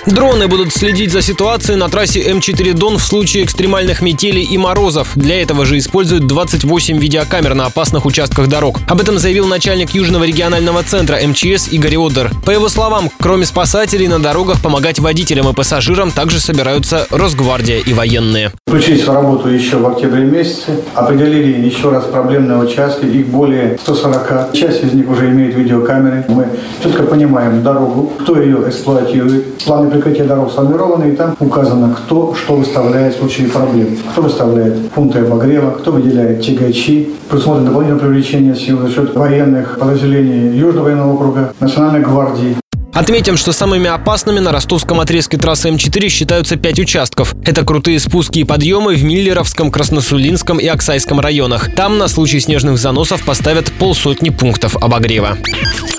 Дроны будут следить за ситуацией на трассе М4 Дон в случае экстремальных метелей и морозов. Для этого же используют 28 видеокамер на опасных участках дорог. Об этом заявил начальник Южного регионального центра МЧС Игорь Одер. По его словам, кроме спасателей на дорогах помогать водителям и пассажирам также собираются Росгвардия и военные. Включились в работу еще в октябре месяце, определили еще раз проблемные участки, их более 140. Часть из них уже имеет видеокамеры. Мы четко понимаем дорогу, кто ее эксплуатирует. Планы прикрытия дорог сформированы, и там указано, кто что выставляет в случае проблем. Кто выставляет пункты обогрева, кто выделяет тягачи. Предусмотрено дополнительное привлечение сил за счет военных подразделений Южного военного округа, Национальной гвардии. Отметим, что самыми опасными на ростовском отрезке трассы М4 считаются 5 участков. Это крутые спуски и подъемы в Миллеровском, Красносулинском и Аксайском районах. Там на случай снежных заносов поставят 50 пунктов обогрева.